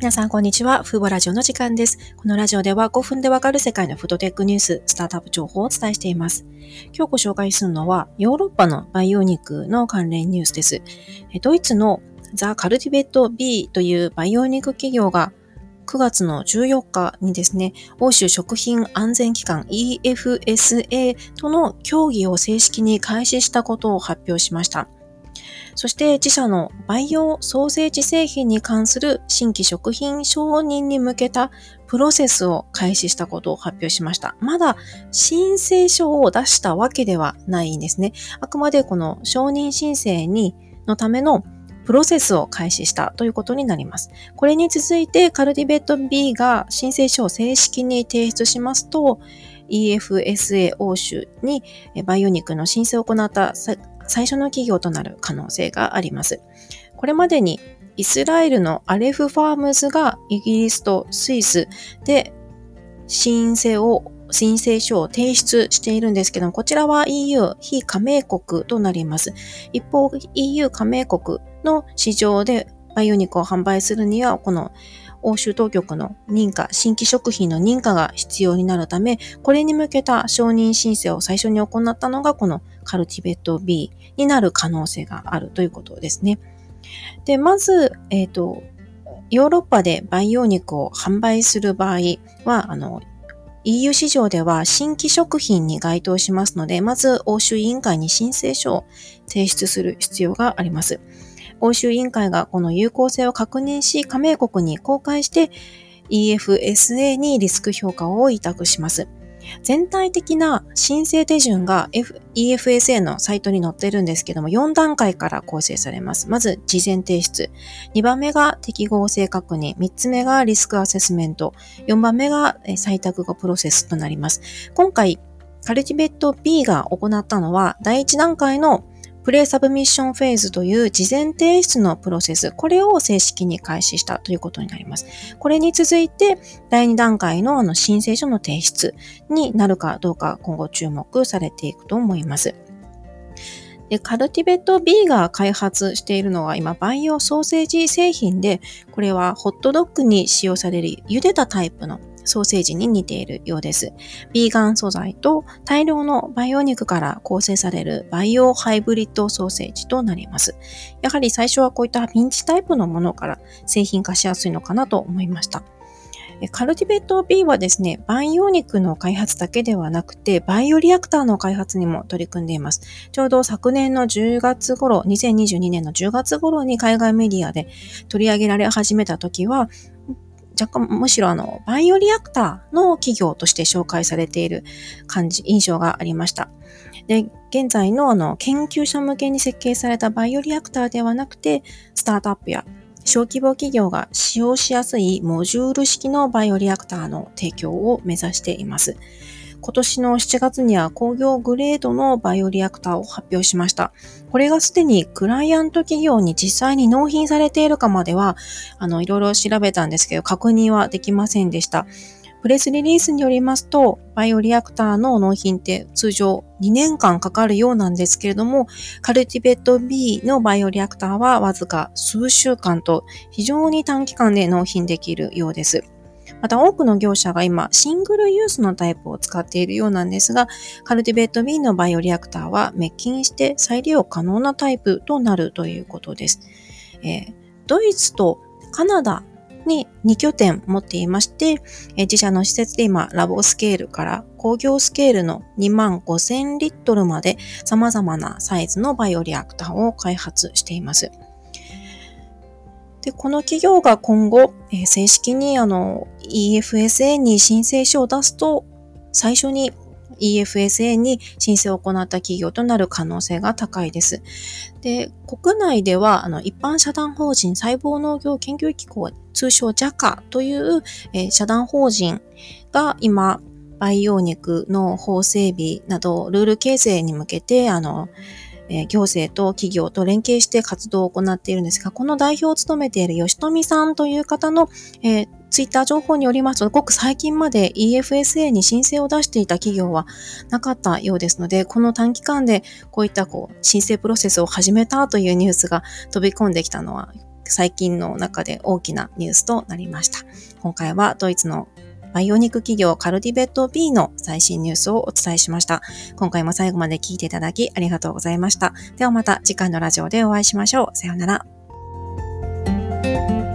皆さん、こんにちは。フーボラジオの時間です。このラジオでは5分でわかる世界のフードテックニュース、スタートアップ情報をお伝えしています。今日ご紹介するのは、ヨーロッパの培養肉の関連ニュースです。ドイツのザ・カルティベット B という培養肉企業が9月の14日にですね、欧州食品安全機関 EFSA との協議を正式に開始したことを発表しました。そして自社の培養ソーセージ製品に関する新規食品承認に向けたプロセスを開始したことを発表しました。まだ申請書を出したわけではないんですね。あくまでこの承認申請のためのプロセスを開始したということになります。これに続いてカルティベット B が申請書を正式に提出しますと、EFSA 欧州に培養肉の申請を行った最初の企業となる可能性があります。これまでにイスラエルのアレフファームズがイギリスとスイスで申請書を提出しているんですけども、こちらは EU 非加盟国となります。一方 EU 加盟国の市場で培養肉を販売するには、この欧州当局の認可、新規食品の認可が必要になるため、これに向けた承認申請を最初に行ったのがこのカルティベット B になる可能性があるということですね。で、まず、ヨーロッパで培養肉を販売する場合は、EU 市場では新規食品に該当しますので、まず欧州委員会に申請書を提出する必要があります。欧州委員会がこの有効性を確認し、加盟国に公開して EFSA にリスク評価を委託します。全体的な申請手順が EFSA のサイトに載っているんですけども、4段階から構成されます。まず、事前提出。2番目が適合性確認。3つ目がリスクアセスメント。4番目が採択後プロセスとなります。今回、カルティベット B が行ったのは、第1段階のプレイサブミッションフェーズという事前提出のプロセス、これを正式に開始したということになります。これに続いて、第2段階の申請書の提出になるかどうか今後注目されていくと思います。で、カルティベット B が開発しているのは今、培養ソーセージ製品で、これはホットドッグに使用される茹でたタイプのソーセージに似ているようです。ビーガン素材と大量の培養肉から構成される培養ハイブリッドソーセージとなります。やはり最初はこういったミンチタイプのものから製品化しやすいのかなと思いました。カルティベット B はですね、培養肉の開発だけではなくて、バイオリアクターの開発にも取り組んでいます。ちょうど昨年の10月頃、2022年の10月頃に海外メディアで取り上げられ始めた時は、むしろバイオリアクターの企業として紹介されている印象がありました。で、現在の研究者向けに設計されたバイオリアクターではなくて、スタートアップや小規模企業が使用しやすいモジュール式のバイオリアクターの提供を目指しています。今年の7月には工業グレードのバイオリアクターを発表しました。これがすでにクライアント企業に実際に納品されているかまでは、いろいろ調べたんですけど、確認はできませんでした。プレスリリースによりますと、バイオリアクターの納品って通常2年間かかるようなんですけれども、カルティベット B のバイオリアクターはわずか数週間と非常に短期間で納品できるようです。また多くの業者が今シングルユースのタイプを使っているようなんですが、カルティベット B のバイオリアクターは滅菌して再利用可能なタイプとなるということです。ドイツとカナダに2拠点持っていまして、自社の施設で今ラボスケールから工業スケールの25,000リットルまで様々なサイズのバイオリアクターを開発しています。で、この企業が今後、正式にEFSA に申請書を出すと、最初に EFSA に申請を行った企業となる可能性が高いです。で、国内では一般社団法人細胞農業研究機構、通称 JACA という、社団法人が今、培養肉の法整備などルール形成に向けて行政と企業と連携して活動を行っているんですが、この代表を務めている吉富さんという方の、ツイッター情報によりますと、ごく最近まで EFSA に申請を出していた企業はなかったようですので、この短期間でこういった申請プロセスを始めたというニュースが飛び込んできたのは最近の中で大きなニュースとなりました。今回はドイツのバイオ肉企業カルティベット B の最新ニュースをお伝えしました。今回も最後まで聞いていただきありがとうございました。ではまた次回のラジオでお会いしましょう。さようなら。